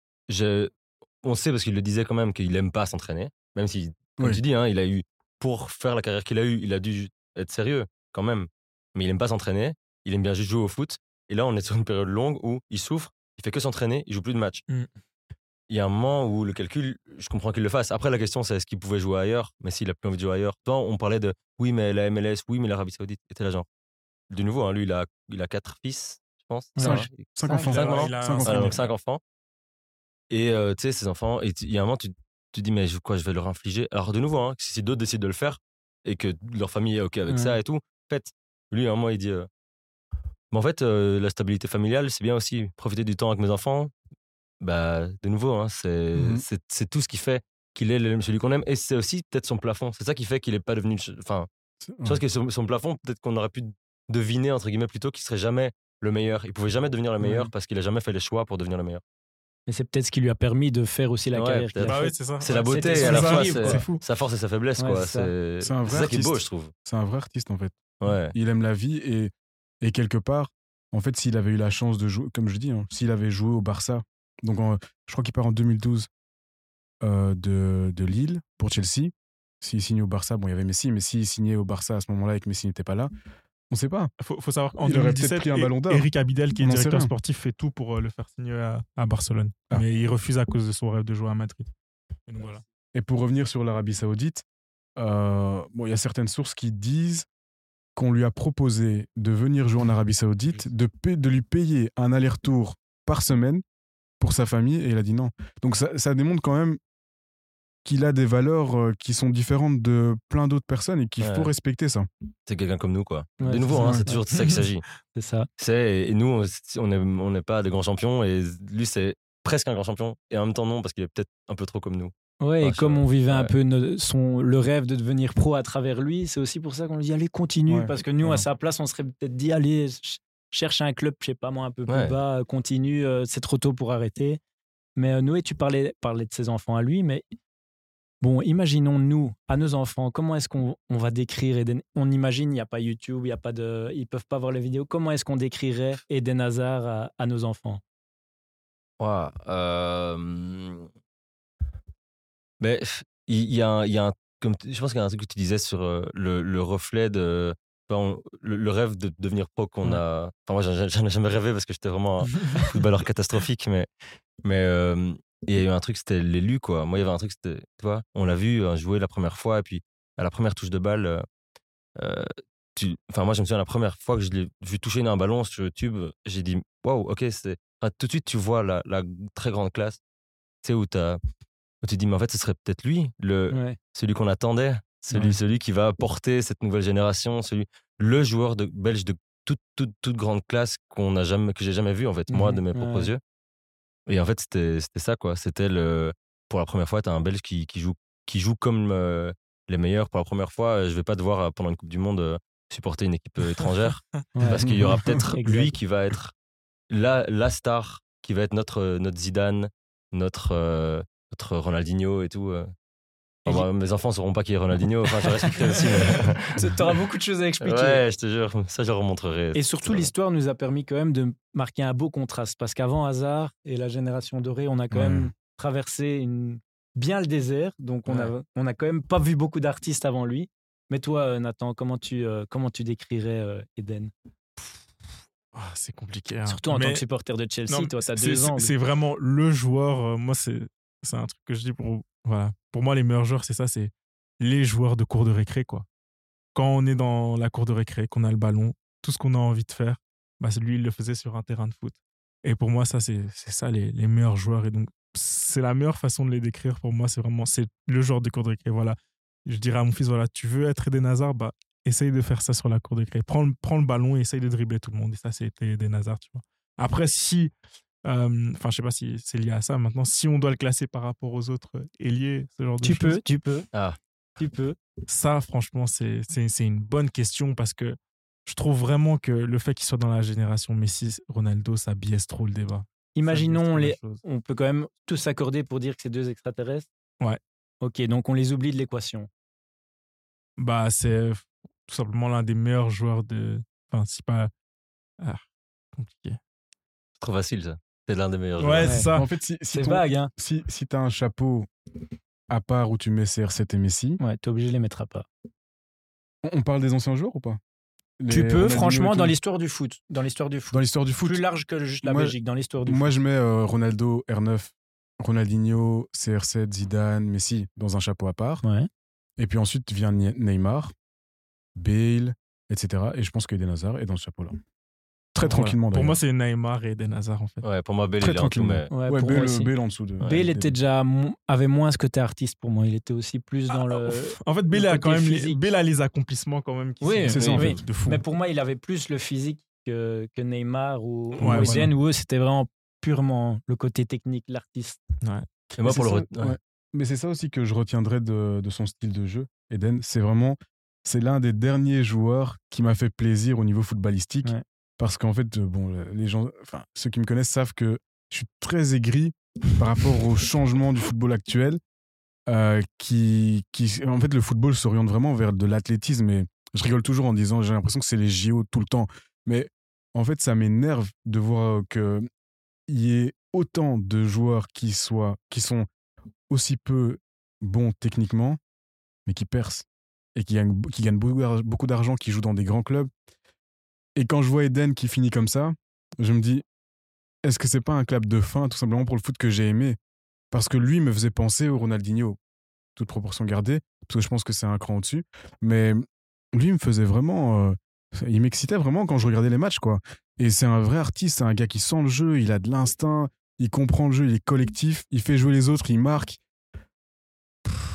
On sait, parce qu'il le disait quand même, qu'il n'aime pas s'entraîner, même si, comme tu dis, il a eu, pour faire la carrière qu'il a eue, il a dû être sérieux quand même. Mais il n'aime pas s'entraîner, il aime bien juste jouer au foot. Et là, on est sur une période longue où il souffre, il fait que s'entraîner, il joue plus de matchs. Il y a un moment où le calcul, je comprends qu'il le fasse. Après, la question, c'est est-ce qu'il pouvait jouer ailleurs ? Mais s'il a plus envie de jouer ailleurs. Toi, on parlait de oui, mais la MLS, oui, mais l'Arabie Saoudite était là, genre. De nouveau, lui, il a 4 fils, je pense. 5 enfants. 5 enfants. Et tu sais, ces enfants, il y a un moment, tu te dis, mais je vais leur infliger. Alors, de nouveau, si d'autres décident de le faire et que leur famille est OK avec ça et tout, en fait, lui, à un moment, il dit mais en fait, la stabilité familiale, c'est bien aussi profiter du temps avec mes enfants. De nouveau, c'est tout ce qui fait qu'il est celui qu'on aime. Et c'est aussi peut-être son plafond. C'est ça qui fait qu'il n'est pas devenu. Enfin, je pense que son plafond, peut-être qu'on aurait pu deviner, entre guillemets, plutôt qu'il serait jamais le meilleur. Il pouvait jamais devenir le meilleur parce qu'il a jamais fait les choix pour devenir le meilleur. Mais c'est peut-être ce qui lui a permis de faire aussi la carrière qu'il a faite. C'est ça. C'est la beauté et à la fois c'est fou. Sa force et sa faiblesse. Ouais, quoi. c'est ça qui est beau, je trouve. C'est un vrai artiste en fait. Ouais. Il aime la vie et quelque part, en fait, s'il avait eu la chance de jouer, comme je dis, s'il avait joué au Barça, donc je crois qu'il part en 2012 de Lille pour Chelsea. S'il signe au Barça, bon, il y avait Messi, mais s'il signait au Barça à ce moment-là et que Messi n'était pas là, on ne sait pas. Faut savoir qu'en il 2017, pris un ballon d'or. Eric Abidal, qui est directeur sportif, fait tout pour le faire signer à Barcelone. Mais il refuse à cause de son rêve de jouer à Madrid. Et donc, voilà. Et pour revenir sur l'Arabie Saoudite, il y a certaines sources qui disent qu'on lui a proposé de venir jouer en Arabie Saoudite, de lui payer un aller-retour par semaine pour sa famille, et il a dit non. Donc ça démontre quand même qu'il a des valeurs qui sont différentes de plein d'autres personnes et qu'il faut respecter ça. C'est quelqu'un comme nous, quoi. Ouais, de nouveau, c'est toujours de ça qu'il s'agit. C'est ça. Et nous, on n'est pas des grands champions et lui, c'est presque un grand champion et en même temps non, parce qu'il est peut-être un peu trop comme nous. Ouais, et comme on vivait un peu le rêve de devenir pro à travers lui, c'est aussi pour ça qu'on lui dit allez, continue, parce que nous, à sa place, on serait peut-être dit allez, cherche un club, je sais pas moi, un peu plus bas, continue, c'est trop tôt pour arrêter. Mais Noé, tu parlais de ses enfants à lui, mais bon, imaginons nous, à nos enfants, comment est-ce qu'on va décrire Eden? On imagine, il n'y a pas YouTube, ils peuvent pas voir les vidéos. Comment est-ce qu'on décrirait Eden Hazard à nos enfants? Mais il y a un comme je pense qu'il y a un truc que tu disais sur le reflet de le rêve de devenir pro qu'on a. Enfin, moi, j'en ai jamais rêvé parce que j'étais vraiment un footballeur catastrophique, mais il y a eu un truc, c'était l'élu, quoi. Moi, il y avait un truc, c'était, tu vois, on l'a vu jouer la première fois, et puis à la première touche de balle, moi, je me souviens, la première fois que je l'ai vu toucher un ballon sur YouTube, j'ai dit, waouh, ok, tout de suite, tu vois la très grande classe, tu sais, où tu te dis, mais en fait, ce serait peut-être lui, celui qu'on attendait, celui qui va porter cette nouvelle génération, le joueur belge de toute grande classe que j'ai jamais vu, en fait, moi, de mes propres yeux. Et en fait, c'était ça, quoi. C'était pour la première fois, tu as un Belge qui joue comme les meilleurs. Pour la première fois, je vais pas devoir, pendant une Coupe du Monde, supporter une équipe étrangère. Parce qu'il y aura peut-être lui qui va être la star, qui va être notre Zidane, notre Ronaldinho et tout. Mes enfants ne sauront pas qui est Ronaldinho. Enfin, je respecterai aussi. Mais... tu auras beaucoup de choses à expliquer. Ouais, je te jure. Ça, je leur montrerai. Et surtout, l'histoire nous a permis quand même de marquer un beau contraste. Parce qu'avant Hazard et la génération dorée, on a quand même traversé bien le désert. Donc, on a quand même pas vu beaucoup d'artistes avant lui. Mais toi, Nathan, comment tu décrirais Eden? C'est compliqué. Hein. Surtout en tant que supporter de Chelsea, toi, tu as 2 ans. C'est vraiment le joueur. Moi, c'est un truc que je dis pour moi, les meilleurs joueurs, c'est ça, c'est les joueurs de cours de récré, quoi. Quand on est dans la cour de récré, qu'on a le ballon, tout ce qu'on a envie de faire, lui, il le faisait sur un terrain de foot. Et pour moi, ça, c'est ça, les meilleurs joueurs. Et donc, c'est la meilleure façon de les décrire pour moi, c'est le joueur de cour de récré. Voilà. Je dirais à mon fils, voilà, tu veux être Eden Hazard, essaye de faire ça sur la cour de récré. Prends le ballon et essaye de dribbler tout le monde. Et ça, c'était Eden Hazard, tu vois. Après, si... je sais pas si c'est lié à ça. Maintenant, si on doit le classer par rapport aux autres ailiers, ce genre de choses. Tu peux. Tu peux. Ça, franchement, c'est une bonne question parce que je trouve vraiment que le fait qu'il soit dans la génération Messi, Ronaldo, ça biaise trop le débat. Imaginons, on peut quand même tous s'accorder pour dire que c'est 2 extraterrestres. Ouais. Ok, donc on les oublie de l'équation. C'est tout simplement l'un des meilleurs joueurs de... Enfin, c'est pas... compliqué. C'est trop facile, ça. C'est l'un des meilleurs joueurs. Ouais, c'est ça. En fait, c'est vague, hein. Si t'as un chapeau à part où tu mets CR7 et Messi... Ouais, t'es obligé de les mettre à part. On parle des anciens joueurs ou pas? Tu peux, franchement, dans l'histoire du foot. Dans l'histoire du foot. Plus large que juste la Belgique, dans l'histoire du foot. Moi, je mets Ronaldo, R9, Ronaldinho, CR7, Zidane, Messi dans un chapeau à part. Ouais. Et puis ensuite vient Neymar, Bale, etc. Et je pense qu'Eden Hazard est dans ce chapeau-là. Très tranquillement. Pour moi, c'est Neymar et Eden Hazard, en fait. Ouais, pour moi, Bale, il est en dessous. Mais... Bale en dessous. Bale était avait moins ce côté artiste pour moi. Il était aussi plus dans le. En fait, Bale a quand même Bale a les accomplissements quand même. C'est ça, en fait, de fou. Mais pour moi, il avait plus le physique que Neymar ou Eden, où eux, c'était vraiment purement le côté technique, l'artiste. Ouais. Et moi, Mais c'est ça aussi que je retiendrai de son style de jeu, Eden. C'est l'un des derniers joueurs qui m'a fait plaisir au niveau footballistique. Ouais. Parce qu'en fait, les gens, ceux qui me connaissent savent que je suis très aigri par rapport au changement du football actuel. En fait, le football s'oriente vraiment vers de l'athlétisme. Et je rigole toujours en disant, j'ai l'impression que c'est les JO tout le temps. Mais en fait, ça m'énerve de voir qu'il y ait autant de joueurs qui sont aussi peu bons techniquement, mais qui percent et qui gagnent beaucoup d'argent, qui jouent dans des grands clubs. Et quand je vois Eden qui finit comme ça, je me dis, est-ce que c'est pas un clap de fin, tout simplement pour le foot que j'ai aimé? Parce que lui me faisait penser au Ronaldinho, toute proportion gardée, parce que je pense que c'est un cran au-dessus. Mais lui me faisait vraiment... il m'excitait vraiment quand je regardais les matchs, quoi. Et c'est un vrai artiste, c'est un gars qui sent le jeu, il a de l'instinct, il comprend le jeu, il est collectif, il fait jouer les autres, il marque.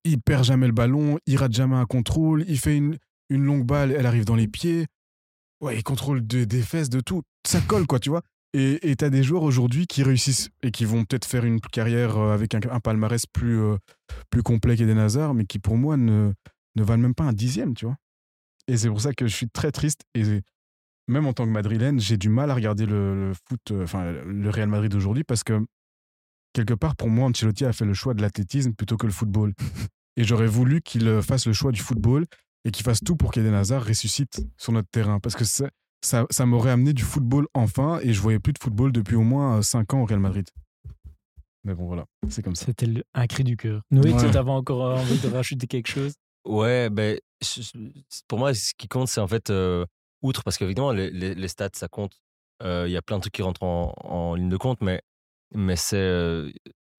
il perd jamais le ballon, il rate jamais un contrôle, il fait une longue balle, elle arrive dans les pieds. Ouais, il contrôle des fesses, de tout. Ça colle, quoi, tu vois. Et t'as des joueurs aujourd'hui qui réussissent et qui vont peut-être faire une carrière avec un palmarès plus complet qu'Eden Hazard, mais qui, pour moi, ne valent même pas un 10e, tu vois. Et c'est pour ça que je suis très triste. Et même en tant que madrilène, j'ai du mal à regarder le foot, le Real Madrid d'aujourd'hui, parce que quelque part, pour moi, Ancelotti a fait le choix de l'athlétisme plutôt que le football. Et j'aurais voulu qu'il fasse le choix du football et qu'il fasse tout pour qu'Eden Hazard ressuscite sur notre terrain. Parce que ça m'aurait amené du football enfin, et je voyais plus de football depuis au moins 5 ans au Real Madrid. Mais bon, voilà, c'est comme ça. C'était un cri du cœur. Noé, tu avais encore envie de rajouter quelque chose? Ouais, ben, pour moi, ce qui compte, c'est en fait, outre, parce qu'évidemment, les stats, ça compte. Il y a plein de trucs qui rentrent en ligne de compte, mais c'est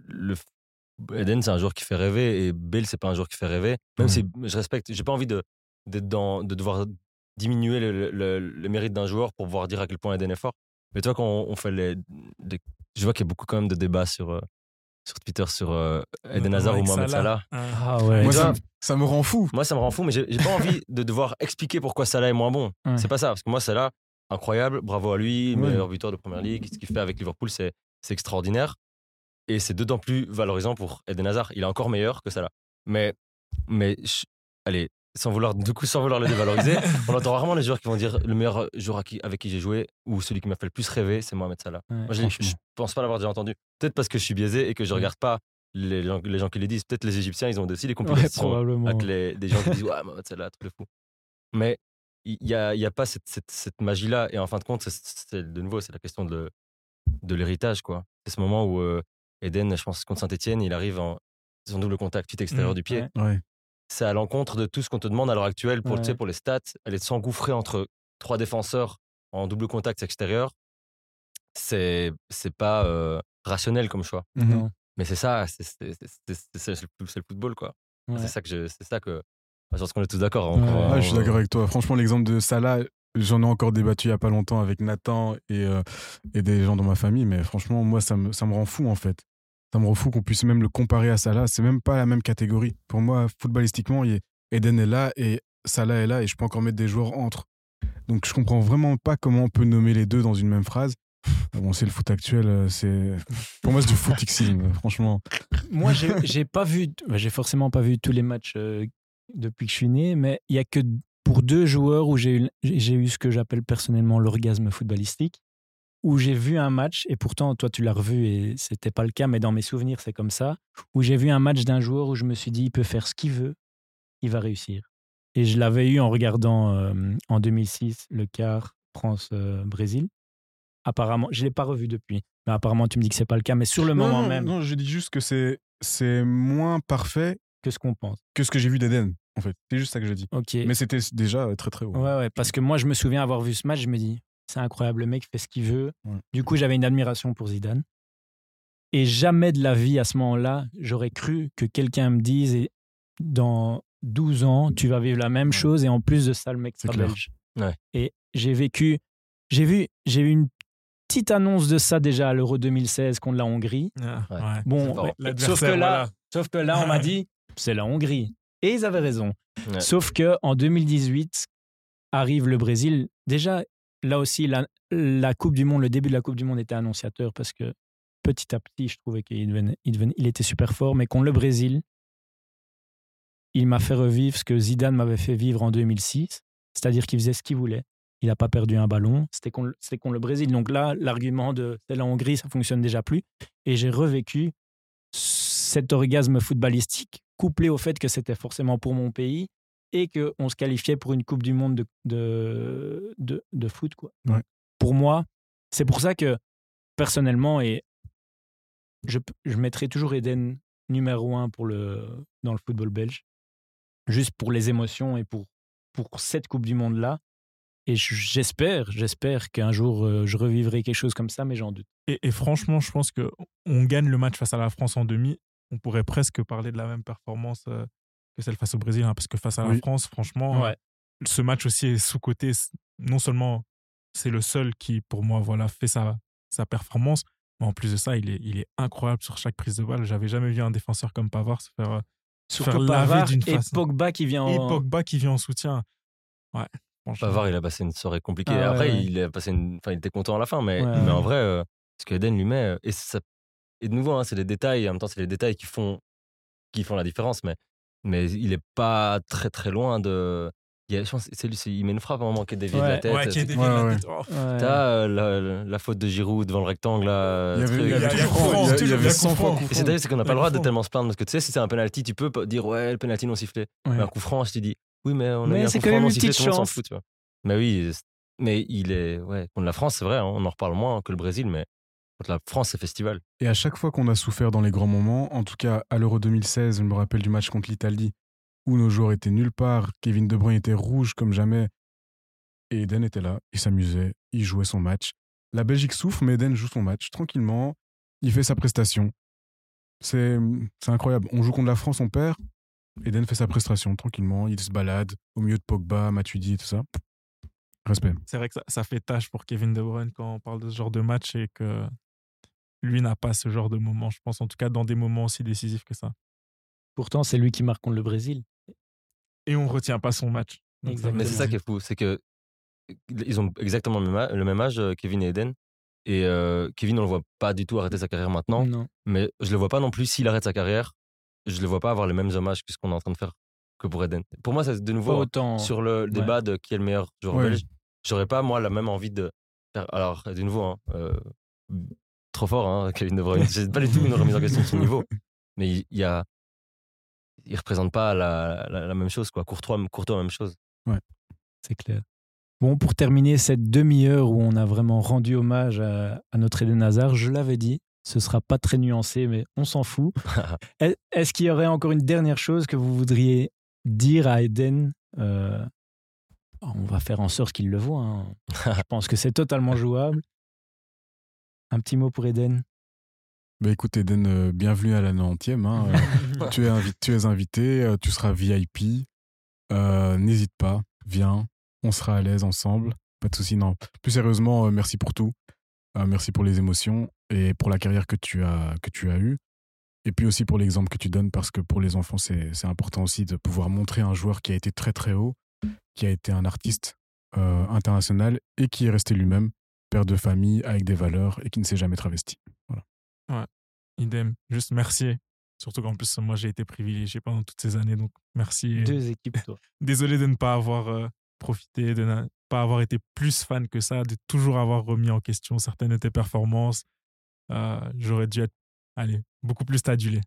Eden, c'est un joueur qui fait rêver, et Bale, c'est pas un joueur qui fait rêver. Même si je respecte, j'ai pas envie de devoir diminuer le mérite d'un joueur pour pouvoir dire à quel point Eden est fort. Mais toi, quand on fait je vois qu'il y a beaucoup quand même de débats sur Twitter sur Eden Hazard ou Mohamed Salah. Ah ouais. Moi, ça me rend fou. Moi, ça me rend fou, mais j'ai pas envie de devoir expliquer pourquoi Salah est moins bon. Ouais. C'est pas ça, parce que moi, Salah, incroyable, bravo à lui, meilleur buteur de Première Ligue, ce qu'il fait avec Liverpool, c'est extraordinaire. Et c'est d'autant plus valorisant pour Eden Hazard. Il est encore meilleur que Salah. Mais allez, sans vouloir le dévaloriser, on entend rarement les joueurs qui vont dire le meilleur joueur avec qui j'ai joué ou celui qui m'a fait le plus rêver, c'est Mohamed Salah. Ouais, moi, je pense pas l'avoir déjà entendu. Peut-être parce que je suis biaisé et que je regarde pas les gens qui les disent. Peut-être les Égyptiens, ils ont aussi des compilations avec des gens qui disent ouais, Mohamed Salah, truc de fou. Mais il y a pas cette magie-là. Et en fin de compte, de nouveau, c'est la question de l'héritage, quoi. C'est ce moment où Eden, je pense, contre Saint-Etienne, il arrive en son double contact, fuite extérieur du pied. Ouais. C'est à l'encontre de tout ce qu'on te demande à l'heure actuelle pour les stats. Elle est de s'engouffrer entre 3 défenseurs en double contact extérieur. C'est pas rationnel comme choix. Non. Mais c'est ça, c'est le football, quoi. Ouais. C'est ça que je pense qu'on est tous d'accord. Je suis d'accord avec toi. Franchement, l'exemple de Salah, j'en ai encore débattu il y a pas longtemps avec Nathan et des gens dans ma famille, mais franchement, moi, ça me rend fou, en fait. Ça me rend fou qu'on puisse même le comparer à Salah. C'est même pas la même catégorie. Pour moi, footballistiquement, Eden est là et Salah est là, et je peux encore mettre des joueurs entre. Donc, je comprends vraiment pas comment on peut nommer les deux dans une même phrase. Bon, c'est le foot actuel, pour moi, c'est du footixing, franchement. Moi, j'ai forcément pas vu tous les matchs depuis que je suis né, mais il y a que pour 2 joueurs où j'ai eu ce que j'appelle personnellement l'orgasme footballistique, où j'ai vu un match, et pourtant toi tu l'as revu et c'était pas le cas, mais dans mes souvenirs c'est comme ça, où j'ai vu un match d'un joueur où je me suis dit il peut faire ce qu'il veut, il va réussir. Et je l'avais eu en regardant en 2006 le quart France-Brésil. Apparemment, je l'ai pas revu depuis, mais apparemment tu me dis que c'est pas le cas, mais sur le moment même. Non, je dis juste que c'est moins parfait que ce qu'on pense. Que ce que j'ai vu d'Eden, en fait. C'est juste ça que je dis. Ok. Mais c'était déjà très très haut. Ouais, parce que moi je me souviens avoir vu ce match, je me dis c'est incroyable, le mec fait ce qu'il veut. Ouais. Du coup, j'avais une admiration pour Zidane. Et jamais de la vie, à ce moment-là, j'aurais cru que quelqu'un me dise dans 12 ans, tu vas vivre la même chose, et en plus de ça, le mec sera belge. Ouais. Et j'ai eu une petite annonce de ça déjà à l'Euro 2016 contre la Hongrie. Ouais. Bon, sauf que là, on m'a dit, c'est la Hongrie. Et ils avaient raison. Ouais. Sauf qu'en 2018, arrive le Brésil. Déjà, là aussi, la Coupe du Monde, le début de la Coupe du Monde était annonciateur, parce que petit à petit, je trouvais qu'il était super fort. Mais contre le Brésil, il m'a fait revivre ce que Zidane m'avait fait vivre en 2006, c'est-à-dire qu'il faisait ce qu'il voulait. Il n'a pas perdu un ballon. C'était contre le Brésil. Donc là, l'argument de c'est la Hongrie, ça ne fonctionne déjà plus. Et j'ai revécu cet orgasme footballistique, couplé au fait que c'était forcément pour mon pays, et qu'on se qualifiait pour une Coupe du Monde de foot, quoi. Ouais. Pour moi, c'est pour ça que, personnellement, et je mettrai toujours Eden numéro 1 dans le football belge, juste pour les émotions et pour cette Coupe du Monde-là. Et j'espère qu'un jour, je revivrai quelque chose comme ça, mais j'en doute. Et franchement, je pense qu'on gagne le match face à la France en demi. On pourrait presque parler de la même performance que celle face au Brésil, hein, parce que face à la France, franchement, ce match aussi est sous-coté. Non seulement c'est le seul qui, pour moi, fait sa performance, mais en plus de ça, il est incroyable sur chaque prise de balle. J'avais jamais vu un défenseur comme Pavard se faire Surtout Pavard et Pogba qui vient en soutien. Ouais. Pavard, il a passé une soirée compliquée. Après, il était content à la fin, mais en vrai, ce que Eden lui met, et de nouveau, c'est les détails. En même temps, c'est les détails qui font la différence, mais il est pas très très loin de. Je pense, il met une frappe à un moment qui est déviée de la tête. Ouais, qui est déviée de la tête. T'as la faute de Giroud devant le rectangle. Là, il y avait 100 fois coup franc. Et c'est qu'on n'a pas le droit de tellement se plaindre, parce que tu sais, si c'est un penalty, tu peux dire le penalty non sifflé. Mais un coup franc, je te dis oui, mais on a eu un coup franc non sifflé, tout le monde s'en fout, tu vois. Mais oui, mais il est contre la France, c'est vrai, on en reparle moins que le Brésil, mais contre la France, c'est festival. Et à chaque fois qu'on a souffert dans les grands moments, en tout cas à l'Euro 2016, je me rappelle du match contre l'Italie, où nos joueurs étaient nulle part, Kevin De Bruyne était rouge comme jamais, et Eden était là, il s'amusait, il jouait son match. La Belgique souffre, mais Eden joue son match tranquillement, il fait sa prestation. C'est incroyable. On joue contre la France, on perd, Eden fait sa prestation tranquillement, il se balade au milieu de Pogba, Matuidi et tout ça. Respect. C'est vrai que ça fait tâche pour Kevin De Bruyne quand on parle de ce genre de match et que lui n'a pas ce genre de moment, je pense, en tout cas dans des moments aussi décisifs que ça. Pourtant, c'est lui qui marque contre le Brésil. Et on ne retient pas son match. Exactement. Mais c'est ça qui est fou, c'est qu'ils ont exactement le même âge, Kevin et Eden. Et Kevin, on ne le voit pas du tout arrêter sa carrière maintenant. Non. Mais je ne le vois pas non plus, s'il arrête sa carrière, je ne le vois pas avoir les mêmes hommages que ce qu'on est en train de faire que pour Eden. Pour moi, c'est de nouveau sur le débat de qui est le meilleur joueur belge. J'aurais pas, moi, la même envie de faire. Alors, de nouveau, trop fort, Kevin De Bruyne. C'est pas du tout une remise en question de son niveau. Mais il représente pas la même chose, quoi. Courtois, même chose. Ouais, c'est clair. Bon, pour terminer cette demi-heure où on a vraiment rendu hommage à notre Eden Hazard, je l'avais dit, ce sera pas très nuancé, mais on s'en fout. Est-ce qu'il y aurait encore une dernière chose que vous voudriez dire à Eden On va faire en sorte qu'il le voit. Je pense que c'est totalement jouable. Un petit mot pour Eden. Bah écoute Eden, bienvenue à la 90e. Tu es invité, tu seras VIP. N'hésite pas, viens, on sera à l'aise ensemble. Pas de souci, non. Plus sérieusement, merci pour tout. Merci pour les émotions et pour la carrière que tu as eue. Et puis aussi pour l'exemple que tu donnes, parce que pour les enfants, c'est important aussi de pouvoir montrer un joueur qui a été très très haut, qui a été un artiste international et qui est resté lui-même, père de famille avec des valeurs et qui ne s'est jamais travesti. Voilà. Ouais, idem. Juste merci. Surtout qu'en plus, moi, j'ai été privilégié pendant toutes ces années, donc merci. 2 équipes, toi. Désolé de ne pas avoir profité, de ne pas avoir été plus fan que ça, de toujours avoir remis en question certaines de tes performances. J'aurais dû être, beaucoup plus adulé.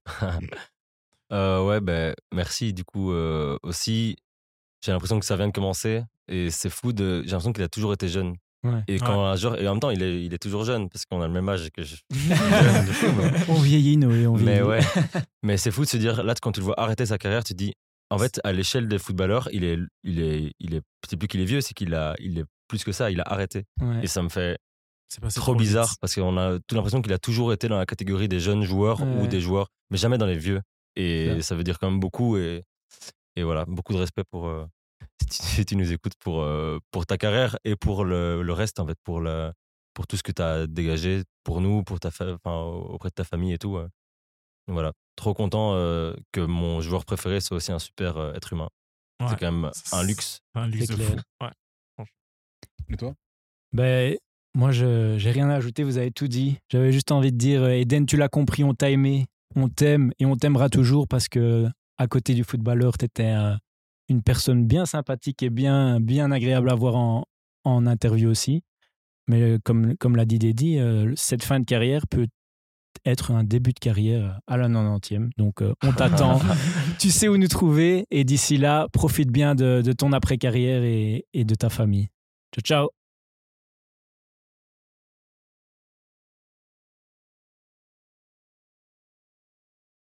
Merci. Du coup, aussi, j'ai l'impression que ça vient de commencer et c'est fou. J'ai l'impression qu'il a toujours été jeune. Ouais. Et quand un joueur, et en même temps, il est toujours jeune parce qu'on a le même âge que je. On vieillit, nous, on vieillit. Mais ouais. Mais c'est fou de se dire, là, quand tu le vois arrêter sa carrière, tu te dis, en fait, à l'échelle des footballeurs, c'est plus qu'il est vieux, c'est il est plus que ça, il a arrêté. Ouais. Et ça me fait trop bizarre parce qu'on a toute l'impression qu'il a toujours été dans la catégorie des jeunes joueurs ou des joueurs, mais jamais dans les vieux. Et ça veut dire quand même beaucoup. Et voilà, beaucoup de respect pour. Si tu nous écoutes pour ta carrière et pour le reste, en fait, pour tout ce que tu as dégagé pour nous, auprès de ta famille et tout. Voilà, trop content que mon joueur préféré soit aussi un super être humain. Ouais, c'est quand même un luxe. Un luxe de fou. Ouais. Et toi ? Moi, j'ai rien à ajouter, vous avez tout dit. J'avais juste envie de dire, Eden, tu l'as compris, on t'a aimé, on t'aime et on t'aimera toujours parce que à côté du footballeur, t'étais une personne bien sympathique et bien agréable à voir en interview aussi. Mais comme l'a dit Dédi, cette fin de carrière peut être un début de carrière à la 90e. Donc, on t'attend. Tu sais où nous trouver. Et d'ici là, profite bien de ton après-carrière et de ta famille. Ciao, ciao.